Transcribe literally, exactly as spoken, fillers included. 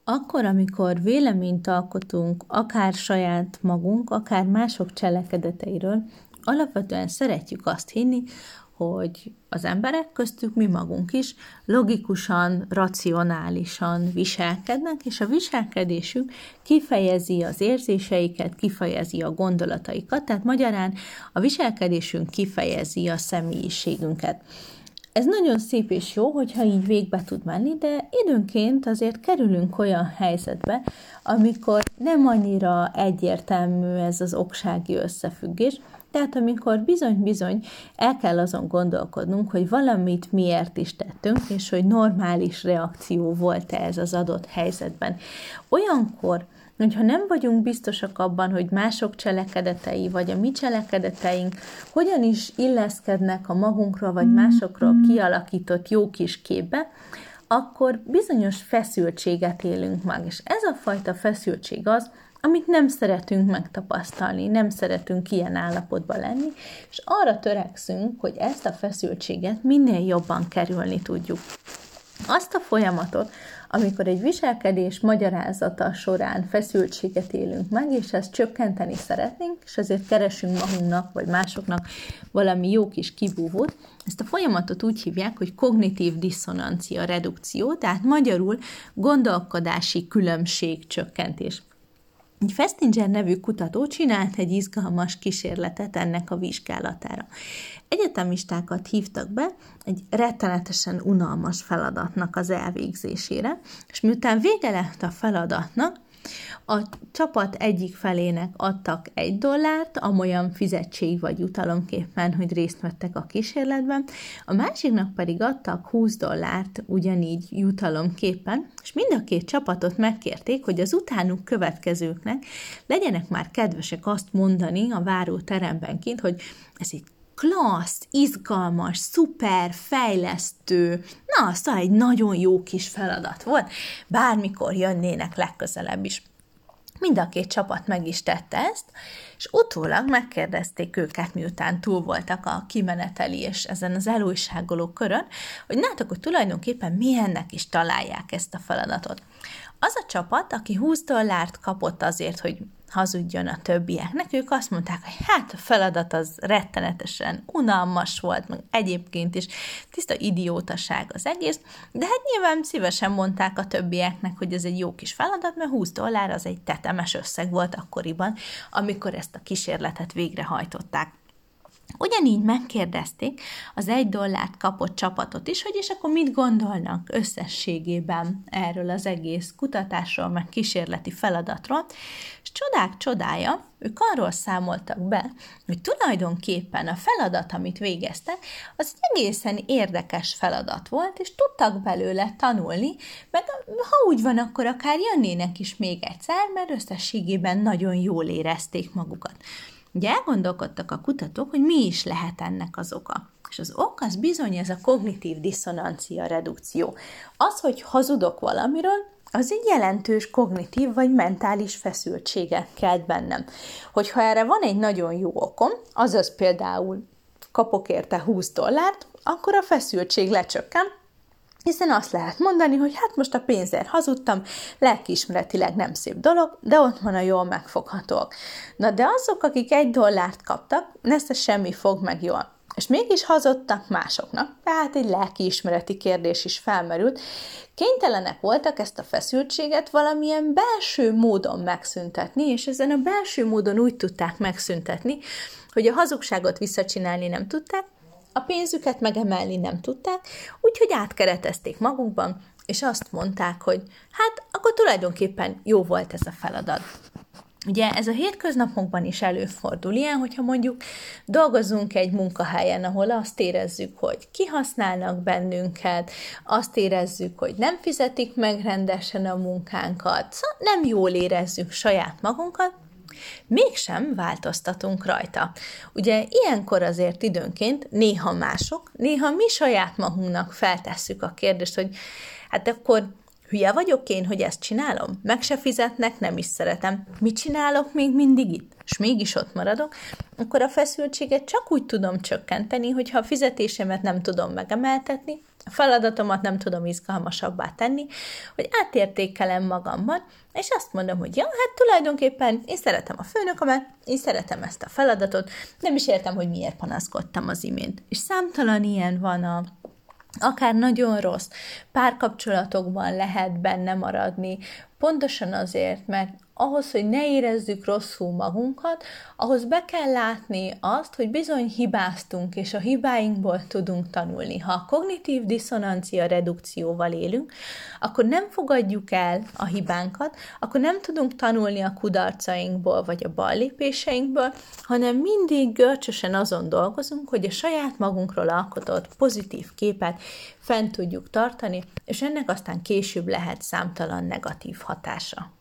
Akkor, amikor véleményt alkotunk akár saját magunk, akár mások cselekedeteiről, alapvetően szeretjük azt hinni, hogy az emberek, köztük mi magunk is logikusan, racionálisan viselkednek, és a viselkedésük kifejezi az érzéseiket, kifejezi a gondolataikat, tehát magyarán a viselkedésünk kifejezi a személyiségünket. Ez nagyon szép és jó, hogyha így végbe tud menni, de időnként azért kerülünk olyan helyzetbe, amikor nem annyira egyértelmű ez az oksági összefüggés, tehát amikor bizony-bizony el kell azon gondolkodnunk, hogy valamit miért is tettünk, és hogy normális reakció volt-e ez az adott helyzetben. Olyankor, hogyha nem vagyunk biztosak abban, hogy mások cselekedetei, vagy a mi cselekedeteink hogyan is illeszkednek a magunkról, vagy másokról kialakított jó kis képbe, akkor bizonyos feszültséget élünk meg. És ez a fajta feszültség az, amit nem szeretünk megtapasztalni, nem szeretünk ilyen állapotban lenni, és arra törekszünk, hogy ezt a feszültséget minél jobban kerülni tudjuk. Azt a folyamatot, amikor egy viselkedés magyarázata során feszültséget élünk meg, és ezt csökkenteni szeretnénk, és ezért keresünk magunknak, vagy másoknak valami jó kis kibúvót, ezt a folyamatot úgy hívják, hogy kognitív disszonancia redukció, tehát magyarul gondolkodási különbség csökkentés. Egy Festinger nevű kutató csinált egy izgalmas kísérletet ennek a vizsgálatára. Egyetemistákat hívtak be egy rettenetesen unalmas feladatnak az elvégzésére, és miután vége lett a feladatnak, a csapat egyik felének adtak egy dollárt, amolyan fizetség vagy jutalomképpen, hogy részt vettek a kísérletben, a másiknak pedig adtak húsz dollárt ugyanígy jutalomképpen, és mind a két csapatot megkérték, hogy az utánuk következőknek legyenek már kedvesek azt mondani a váróteremben kint, hogy ez egy klassz, izgalmas, szuper, fejlesztő, na, szóval egy nagyon jó kis feladat volt, bármikor jönnének legközelebb is. Mind a két csapat meg is tette ezt, és utólag megkérdezték őket, miután túl voltak a kimeneteli és ezen az elújságoló körön, hogy látok, hogy tulajdonképpen milyennek is találják ezt a feladatot. Az a csapat, aki húsz dollárt kapott azért, hogy hazudjon a többieknek, ők azt mondták, hogy hát a feladat az rettenetesen unalmas volt, meg egyébként is tiszta idiótaság az egész, de hát nyilván szívesen mondták a többieknek, hogy ez egy jó kis feladat, mert húsz dollár az egy tetemes összeg volt akkoriban, amikor ezt a kísérletet végrehajtották. Ugyanígy megkérdezték az egy dollárt kapott csapatot is, hogy és akkor mit gondolnak összességében erről az egész kutatásról, meg kísérleti feladatról, és csodák csodája, ők arról számoltak be, hogy tulajdonképpen a feladat, amit végeztek, az egy egészen érdekes feladat volt, és tudtak belőle tanulni, meg ha úgy van, akkor akár jönnének is még egyszer, mert összességében nagyon jól érezték magukat. Ugye elgondolkodtak a kutatók, hogy mi is lehet ennek az oka. És az ok az bizony ez a kognitív diszonancia redukció. Az, hogy hazudok valamiről, az egy jelentős kognitív vagy mentális feszültséget kelt bennem. Hogyha erre van egy nagyon jó okom, azaz például kapok érte húsz dollárt, akkor a feszültség lecsökken, hiszen azt lehet mondani, hogy hát most a pénzért hazudtam, lelkiismeretileg nem szép dolog, de ott van a jól megfoghatók. Na de azok, akik egy dollárt kaptak, nesze semmi fog meg jól. És mégis hazudtak másoknak, tehát egy lelkiismereti kérdés is felmerült. Kénytelenek voltak ezt a feszültséget valamilyen belső módon megszüntetni, és ezen a belső módon úgy tudták megszüntetni, hogy a hazugságot visszacsinálni nem tudták, a pénzüket megemelni nem tudták, úgyhogy átkeretezték magukban, és azt mondták, hogy hát akkor tulajdonképpen jó volt ez a feladat. Ugye ez a hétköznapokban is előfordul ilyen, hogyha mondjuk dolgozunk egy munkahelyen, ahol azt érezzük, hogy kihasználnak bennünket, azt érezzük, hogy nem fizetik meg rendesen a munkánkat, szóval nem jól érezzük saját magunkat, mégsem változtatunk rajta. Ugye ilyenkor azért időnként néha mások, néha mi saját magunknak feltesszük a kérdést, hogy hát akkor Hülye vagyok én, hogy ezt csinálom? Meg se fizetnek, nem is szeretem. Mit csinálok még mindig itt? És mégis ott maradok, akkor a feszültséget csak úgy tudom csökkenteni, hogyha a fizetésemet nem tudom megemeltetni, a feladatomat nem tudom izgalmasabbá tenni, hogy átértékelem magamban, és azt mondom, hogy ja, hát tulajdonképpen én szeretem a főnökömet, én szeretem ezt a feladatot, nem is értem, hogy miért panaszkodtam az imént. És számtalan ilyen van a akár nagyon rossz párkapcsolatokban lehet benne maradni, pontosan azért, mert ahhoz, hogy ne érezzük rosszul magunkat, ahhoz be kell látni azt, hogy bizony hibáztunk, és a hibáinkból tudunk tanulni. Ha a kognitív diszonancia redukcióval élünk, akkor nem fogadjuk el a hibánkat, akkor nem tudunk tanulni a kudarcainkból, vagy a ballépéseinkből, hanem mindig görcsösen azon dolgozunk, hogy a saját magunkról alkotott pozitív képet fent tudjuk tartani, és ennek aztán később lehet számtalan negatív hatása.